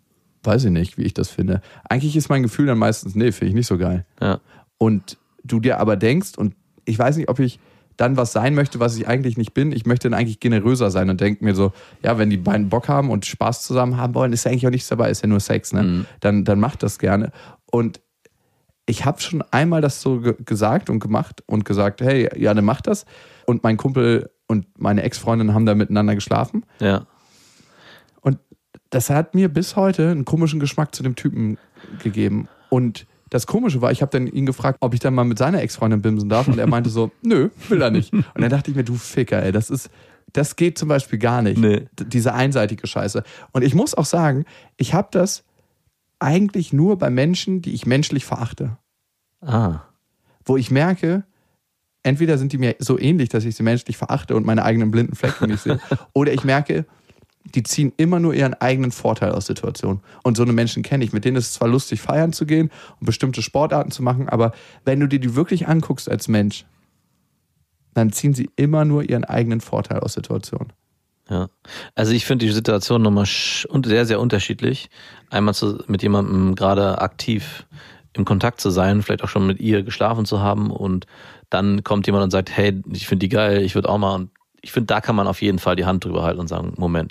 weiß ich nicht, wie ich das finde. Eigentlich ist mein Gefühl dann meistens, nee, finde ich nicht so geil. Ja. Und du dir aber denkst, und ich weiß nicht, ob ich dann was sein möchte, was ich eigentlich nicht bin. Ich möchte dann eigentlich generöser sein und denke mir so, ja, wenn die beiden Bock haben und Spaß zusammen haben wollen, ist ja eigentlich auch nichts dabei, ist ja nur Sex, ne? Mhm. Dann macht das gerne. Und ich habe schon einmal das so gesagt und gemacht und gesagt, hey, ja, dann mach das. Und mein Kumpel und meine Ex-Freundin haben da miteinander geschlafen. Ja. Und das hat mir bis heute einen komischen Geschmack zu dem Typen gegeben. Und das Komische war, ich habe dann ihn gefragt, ob ich dann mal mit seiner Ex-Freundin bimsen darf. Und er meinte so, nö, will er nicht. Und dann dachte ich mir, du Ficker, ey, das geht zum Beispiel gar nicht. Nee. Diese einseitige Scheiße. Und ich muss auch sagen, ich habe das eigentlich nur bei Menschen, die ich menschlich verachte. Ah. Wo ich merke, entweder sind die mir so ähnlich, dass ich sie menschlich verachte und meine eigenen blinden Flecken nicht sehe. Oder ich merke, die ziehen immer nur ihren eigenen Vorteil aus Situationen. Und so eine Menschen kenne ich. Mit denen ist es zwar lustig, feiern zu gehen und bestimmte Sportarten zu machen, aber wenn du dir die wirklich anguckst als Mensch, dann ziehen sie immer nur ihren eigenen Vorteil aus Situationen. Ja, also ich finde die Situation nochmal sehr, sehr unterschiedlich. Einmal mit jemandem gerade aktiv im Kontakt zu sein, vielleicht auch schon mit ihr geschlafen zu haben und dann kommt jemand und sagt, hey, ich finde die geil, ich würde auch mal, und ich finde, da kann man auf jeden Fall die Hand drüber halten und sagen, Moment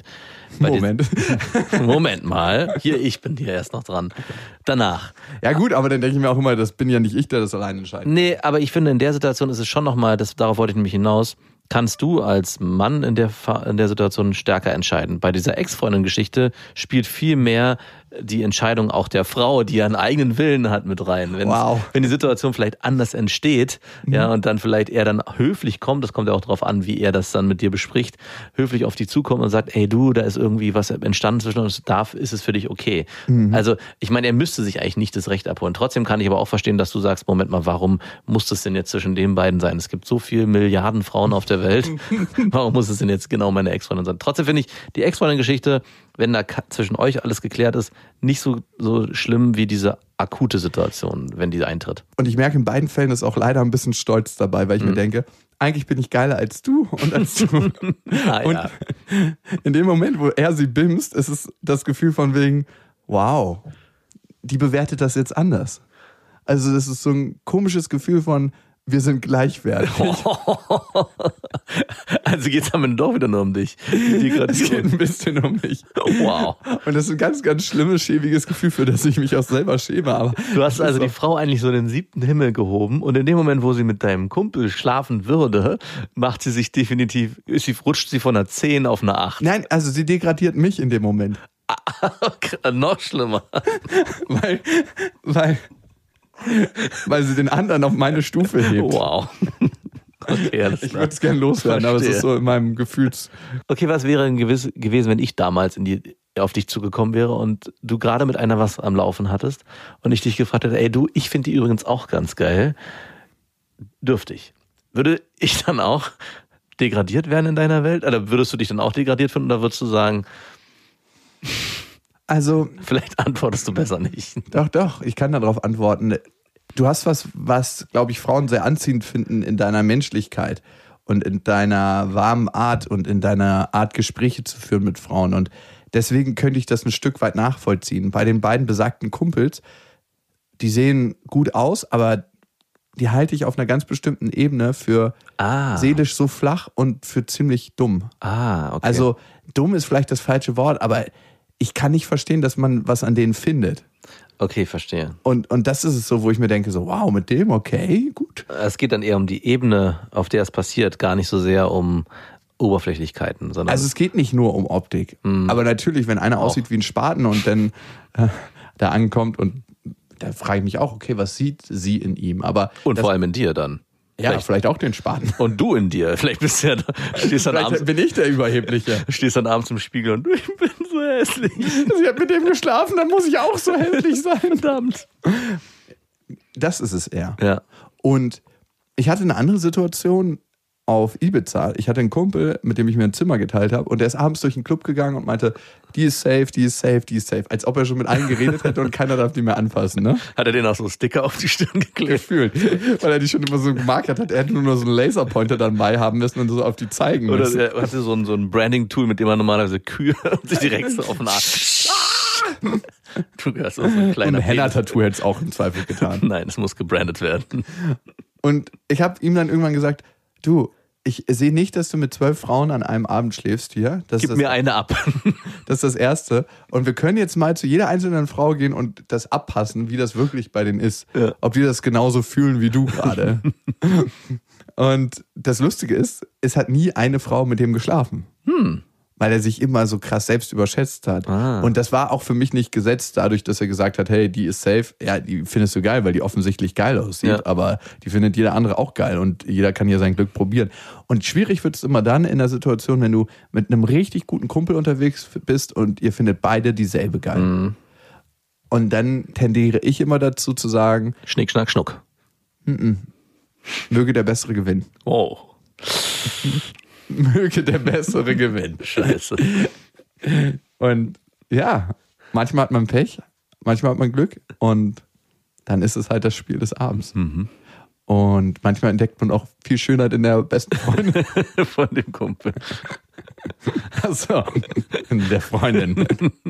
mal, hier, ich bin hier erst noch dran. Danach. Ja gut, aber dann denke ich mir auch immer, das bin ja nicht ich, der das allein entscheidet. Nee, aber ich finde, in der Situation ist es schon nochmal, darauf wollte ich nämlich hinaus, kannst du als Mann in der Situation stärker entscheiden. Bei dieser Ex-Freundin-Geschichte spielt viel mehr die Entscheidung auch der Frau, die einen eigenen Willen hat, mit rein. Wenn die Situation vielleicht anders entsteht, ja, und dann vielleicht er dann höflich kommt, das kommt ja auch darauf an, wie er das dann mit dir bespricht, höflich auf dich zukommt und sagt, ey du, da ist irgendwie was entstanden zwischen uns, ist es für dich okay. Also, ich meine, er müsste sich eigentlich nicht das Recht abholen. Trotzdem kann ich aber auch verstehen, dass du sagst, Moment mal, warum muss das denn jetzt zwischen den beiden sein? Es gibt so viele Milliarden Frauen auf der Welt. Warum muss es denn jetzt genau meine Ex-Freundin sein? Trotzdem finde ich die Ex-Freundin-Geschichte, wenn da zwischen euch alles geklärt ist, nicht so schlimm wie diese akute Situation, wenn die eintritt. Und ich merke, in beiden Fällen ist auch leider ein bisschen Stolz dabei, weil ich mir denke, eigentlich bin ich geiler als du und als du. Und in dem Moment, wo er sie bimst, ist es das Gefühl von wegen, wow, die bewertet das jetzt anders. Also das ist so ein komisches Gefühl von, wir sind gleichwertig. Also geht es am doch wieder nur um dich. Es geht ein bisschen um mich. Wow. Und das ist ein ganz, ganz schlimmes, schäbiges Gefühl, für das ich mich auch selber schäme. Aber du hast also die Frau eigentlich so in den 7. Himmel gehoben und in dem Moment, wo sie mit deinem Kumpel schlafen würde, macht sie sich definitiv, rutscht sie von einer 10 auf eine 8. Nein, also sie degradiert mich in dem Moment. Noch schlimmer. Weil sie den anderen auf meine Stufe hebt. Wow. Okay, ich würde es gerne loswerden, aber es ist so in meinem Gefühls... Okay, was wäre gewesen, wenn ich damals auf dich zugekommen wäre und du gerade mit einer was am Laufen hattest und ich dich gefragt hätte, ey du, ich finde die übrigens auch ganz geil. Dürfte ich? Würde ich dann auch degradiert werden in deiner Welt? Oder würdest du dich dann auch degradiert finden oder würdest du sagen... Also, vielleicht antwortest du besser nicht. Doch, ich kann darauf antworten. Du hast was, glaube ich, Frauen sehr anziehend finden in deiner Menschlichkeit und in deiner warmen Art und in deiner Art, Gespräche zu führen mit Frauen. Und deswegen könnte ich das ein Stück weit nachvollziehen. Bei den beiden besagten Kumpels, die sehen gut aus, aber die halte ich auf einer ganz bestimmten Ebene für seelisch so flach und für ziemlich dumm. Okay. Also, dumm ist vielleicht das falsche Wort, aber ich kann nicht verstehen, dass man was an denen findet. Okay, verstehe. Und das ist es so, wo ich mir denke, so wow, mit dem, okay, gut. Es geht dann eher um die Ebene, auf der es passiert, gar nicht so sehr um Oberflächlichkeiten. Sondern also es geht nicht nur um Optik. Aber natürlich, wenn einer aussieht wie ein Spaten und dann da ankommt und da frage ich mich auch, okay, was sieht sie in ihm? Und vor allem in dir dann. Ja, vielleicht auch den Spaten. Und du in dir. Vielleicht bist du ja stehst dann abends, bin ich der Überhebliche. Stehst dann abends im Spiegel und ich bin so hässlich. Sie hat mit dem geschlafen, dann muss ich auch so hässlich sein. Verdammt. Das ist es eher. Ja. Und ich hatte eine andere Situation auf Ibiza. Ich hatte einen Kumpel, mit dem ich mir ein Zimmer geteilt habe und der ist abends durch den Club gegangen und meinte, die ist safe, die ist safe, die ist safe. Als ob er schon mit allen geredet hätte und keiner darf die mehr anfassen, ne? Hat er den auch so Sticker auf die Stirn geklebt? Gefühlt. Weil er die schon immer so gemarkert hat. Er hätte nur so einen Laserpointer dann bei haben müssen und so auf die zeigen müssen. Oder er hatte so ein Branding-Tool, mit dem man normalerweise Kühe sich direkt so auf den Arsch. Du hast auch so ein kleiner ein Henna-Tattoo hätte es auch im Zweifel getan. Nein, es muss gebrandet werden. Und ich habe ihm dann irgendwann gesagt, du, ich sehe nicht, dass du mit 12 Frauen an einem Abend schläfst hier. Gib mir eine ab. Das ist das Erste. Und wir können jetzt mal zu jeder einzelnen Frau gehen und das abpassen, wie das wirklich bei denen ist. Ja. Ob die das genauso fühlen wie du gerade. Und das Lustige ist, es hat nie eine Frau mit dem geschlafen. Weil er sich immer so krass selbst überschätzt hat. Und das war auch für mich nicht gesetzt, dadurch, dass er gesagt hat, hey, die ist safe. Ja, die findest du geil, weil die offensichtlich geil aussieht. Ja. Aber die findet jeder andere auch geil und jeder kann hier sein Glück probieren. Und schwierig wird es immer dann in der Situation, wenn du mit einem richtig guten Kumpel unterwegs bist und ihr findet beide dieselbe geil. Und dann tendiere ich immer dazu zu sagen, Schnick, Schnack, Schnuck. Möge der Bessere gewinnen. Oh. Möge der Bessere gewinnen. Scheiße. Und ja, manchmal hat man Pech, manchmal hat man Glück und dann ist es halt das Spiel des Abends. Und manchmal entdeckt man auch viel Schönheit in der besten Freundin. Von dem Kumpel. Achso, in der Freundin.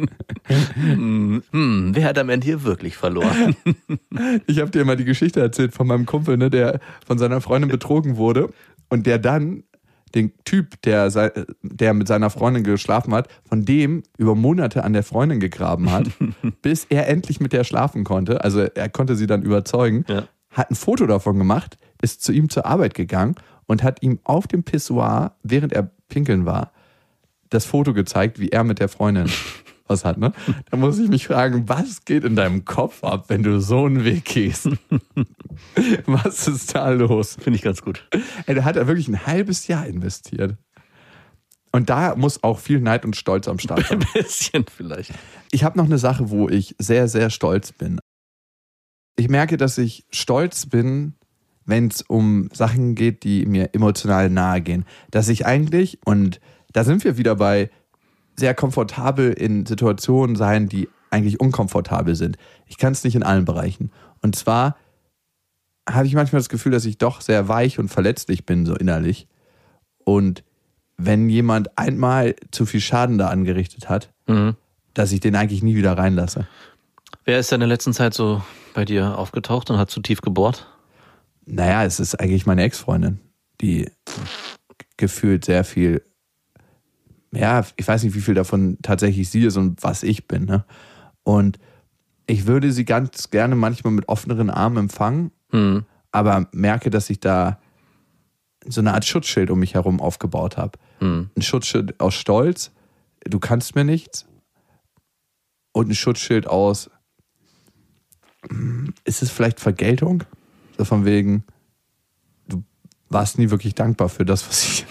Wer hat am Ende hier wirklich verloren? Ich habe dir mal die Geschichte erzählt von meinem Kumpel, ne, der von seiner Freundin betrogen wurde und der dann den Typ, der mit seiner Freundin geschlafen hat, von dem über Monate an der Freundin gegraben hat, bis er endlich mit der schlafen konnte. Also er konnte sie dann überzeugen, hat ein Foto davon gemacht, ist zu ihm zur Arbeit gegangen und hat ihm auf dem Pissoir, während er pinkeln war, das Foto gezeigt, wie er mit der Freundin was hat. Ne? Da muss ich mich fragen, was geht in deinem Kopf ab, wenn du so einen Weg gehst? Was ist da los? Finde ich ganz gut. Ey, da hat er wirklich ein halbes Jahr investiert. Und da muss auch viel Neid und Stolz am Start sein. Ein bisschen vielleicht. Ich habe noch eine Sache, wo ich sehr, sehr stolz bin. Ich merke, dass ich stolz bin, wenn es um Sachen geht, die mir emotional nahe gehen. Dass ich eigentlich, und da sind wir wieder bei sehr komfortabel in Situationen sein, die eigentlich unkomfortabel sind. Ich kann es nicht in allen Bereichen. Und zwar habe ich manchmal das Gefühl, dass ich doch sehr weich und verletzlich bin, so innerlich. Und wenn jemand einmal zu viel Schaden da angerichtet hat, dass ich den eigentlich nie wieder reinlasse. Wer ist denn in der letzten Zeit so bei dir aufgetaucht und hat zu tief gebohrt? Naja, es ist eigentlich meine Ex-Freundin, die gefühlt sehr viel, ja, ich weiß nicht, wie viel davon tatsächlich sie ist und was ich bin. Ne? Und ich würde sie ganz gerne manchmal mit offeneren Armen empfangen, aber merke, dass ich da so eine Art Schutzschild um mich herum aufgebaut habe. Ein Schutzschild aus Stolz, du kannst mir nichts, und ein Schutzschild aus, ist es vielleicht Vergeltung? So von wegen, du warst nie wirklich dankbar für das,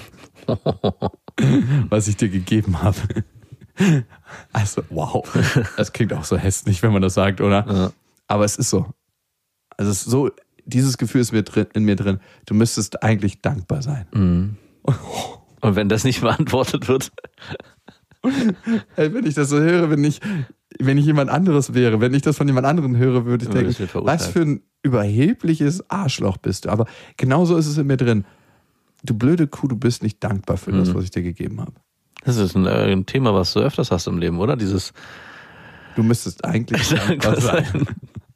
was ich dir gegeben habe. Also, wow. Das klingt auch so hässlich, wenn man das sagt, oder? Ja. Aber es ist so. Also es ist so, dieses Gefühl ist in mir drin. Du müsstest eigentlich dankbar sein. Und wenn das nicht beantwortet wird? Hey, wenn ich das so höre, wenn ich jemand anderes wäre, wenn ich das von jemand anderem höre, würde ich denken, was für ein überhebliches Arschloch bist du. Aber genauso ist es in mir drin. Du blöde Kuh, du bist nicht dankbar für das, was ich dir gegeben habe. Das ist ein Thema, was du öfters hast im Leben, oder? Du müsstest eigentlich dankbar sein.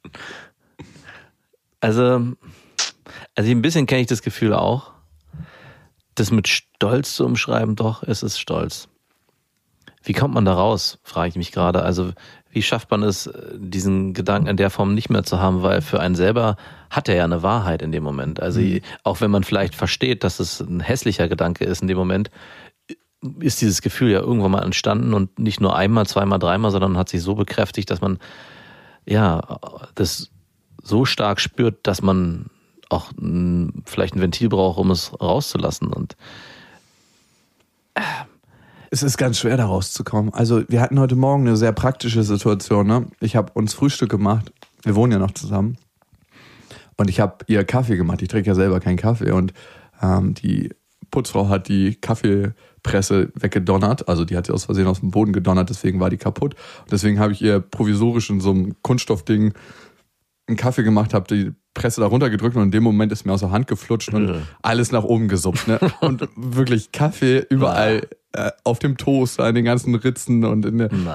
Also ein bisschen kenne ich das Gefühl auch. Das mit Stolz zu umschreiben, doch, es ist Stolz. Wie kommt man da raus, frage ich mich gerade. Also wie schafft man es, diesen Gedanken in der Form nicht mehr zu haben, weil für einen selber hat er ja eine Wahrheit in dem Moment. Also auch wenn man vielleicht versteht, dass es ein hässlicher Gedanke ist in dem Moment, ist dieses Gefühl ja irgendwann mal entstanden und nicht nur einmal, zweimal, dreimal, sondern hat sich so bekräftigt, dass man ja das so stark spürt, dass man auch vielleicht ein Ventil braucht, um es rauszulassen. Und es ist ganz schwer, da rauszukommen. Also wir hatten heute Morgen eine sehr praktische Situation. Ne? Ich habe uns Frühstück gemacht. Wir wohnen ja noch zusammen. Und ich habe ihr Kaffee gemacht. Ich trinke ja selber keinen Kaffee. Und die Putzfrau hat die Kaffeepresse weggedonnert. Also die hat sie aus Versehen aus dem Boden gedonnert. Deswegen war die kaputt. Und deswegen habe ich ihr provisorisch in so einem Kunststoffding einen Kaffee gemacht, habe die Presse da runtergedrückt und in dem Moment ist mir aus der Hand geflutscht und alles nach oben gesuppt. Ne? Und wirklich Kaffee überall auf dem Toast, an den ganzen Ritzen und in der... Nein.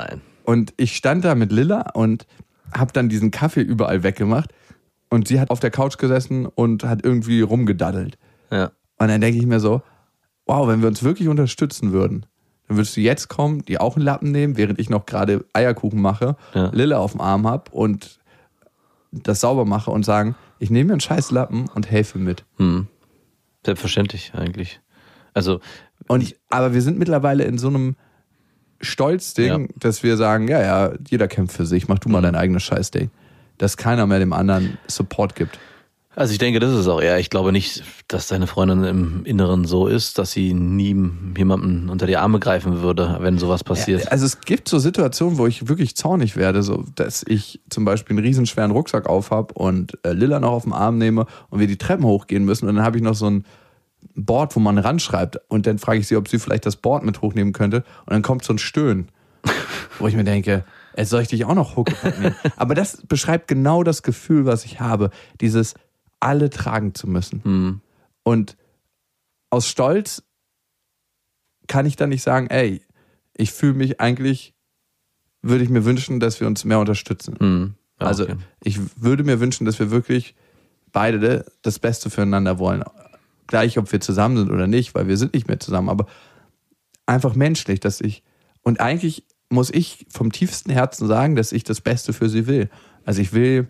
Und ich stand da mit Lilla und habe dann diesen Kaffee überall weggemacht. Und sie hat auf der Couch gesessen und hat irgendwie rumgedaddelt. Ja. Und dann denke ich mir so, wow, wenn wir uns wirklich unterstützen würden, dann würdest du jetzt kommen, die auch einen Lappen nehmen, während ich noch gerade Eierkuchen mache, Lilla auf dem Arm habe und das sauber mache und sagen, ich nehme mir einen scheiß Lappen und helfe mit. Selbstverständlich eigentlich. Also aber wir sind mittlerweile in so einem Stolzding, dass wir sagen, ja, jeder kämpft für sich, mach du mal dein eigenes Scheißding. Dass keiner mehr dem anderen Support gibt. Also ich denke, das ist auch eher, ich glaube nicht, dass deine Freundin im Inneren so ist, dass sie nie jemanden unter die Arme greifen würde, wenn sowas passiert. Ja, also es gibt so Situationen, wo ich wirklich zornig werde, so dass ich zum Beispiel einen riesenschweren Rucksack aufhab und Lilla noch auf den Arm nehme und wir die Treppen hochgehen müssen und dann habe ich noch so ein Board, wo man ranschreibt und dann frage ich sie, ob sie vielleicht das Board mit hochnehmen könnte und dann kommt so ein Stöhnen, wo ich mir denke, soll ich dich auch noch Huckepack nehmen? Aber das beschreibt genau das Gefühl, was ich habe, dieses alle tragen zu müssen. Und aus Stolz kann ich dann nicht sagen, ich fühle mich eigentlich, würde ich mir wünschen, dass wir uns mehr unterstützen. Ja, also ich würde mir wünschen, dass wir wirklich beide das Beste füreinander wollen. Gleich, ob wir zusammen sind oder nicht, weil wir sind nicht mehr zusammen, aber einfach menschlich, und eigentlich muss ich vom tiefsten Herzen sagen, dass ich das Beste für sie will. Also ich will,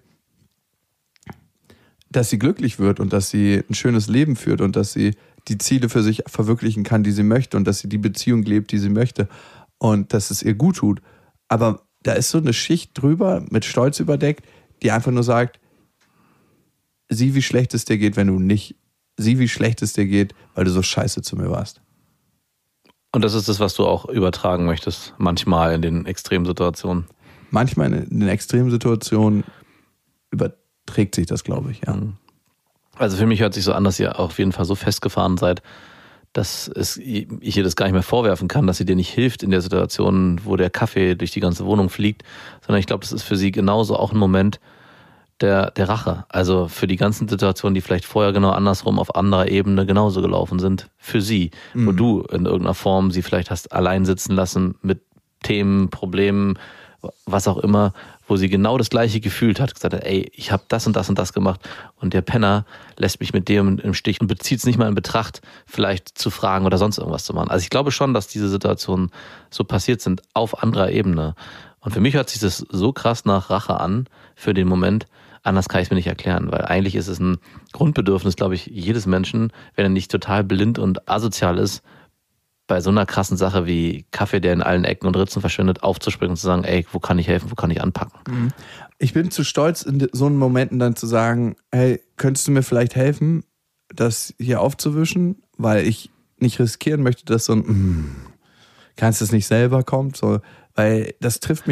dass sie glücklich wird und dass sie ein schönes Leben führt und dass sie die Ziele für sich verwirklichen kann, die sie möchte und dass sie die Beziehung lebt, die sie möchte und dass es ihr gut tut. Aber da ist so eine Schicht drüber, mit Stolz überdeckt, die einfach nur sagt, sieh, wie schlecht es dir geht, wie schlecht es dir geht, weil du so scheiße zu mir warst. Und das ist das, was du auch übertragen möchtest, manchmal in den Extremsituationen. Manchmal in den Extremsituationen überträgt sich das, glaube ich, ja. Also für mich hört sich so an, dass ihr auf jeden Fall so festgefahren seid, dass ich ihr das gar nicht mehr vorwerfen kann, dass sie dir nicht hilft in der Situation, wo der Kaffee durch die ganze Wohnung fliegt, sondern ich glaube, das ist für sie genauso auch ein Moment der Rache. Also für die ganzen Situationen, die vielleicht vorher genau andersrum auf anderer Ebene genauso gelaufen sind, für sie, wo du in irgendeiner Form sie vielleicht hast allein sitzen lassen mit Themen, Problemen, was auch immer, wo sie genau das Gleiche gefühlt hat, gesagt hat, ich habe das und das und das gemacht und der Penner lässt mich mit dem im Stich und bezieht es nicht mal in Betracht, vielleicht zu fragen oder sonst irgendwas zu machen. Also ich glaube schon, dass diese Situationen so passiert sind auf anderer Ebene. Und für mich hört sich das so krass nach Rache an für den Moment. Anders kann ich es mir nicht erklären, weil eigentlich ist es ein Grundbedürfnis, glaube ich, jedes Menschen, wenn er nicht total blind und asozial ist, bei so einer krassen Sache wie Kaffee, der in allen Ecken und Ritzen verschwindet, aufzuspringen und zu sagen, wo kann ich helfen, wo kann ich anpacken? Ich bin zu stolz, in so einen Momenten dann zu sagen, könntest du mir vielleicht helfen, das hier aufzuwischen, weil ich nicht riskieren möchte, dass so ein kannst du es nicht selber kommt, so, weil das trifft mich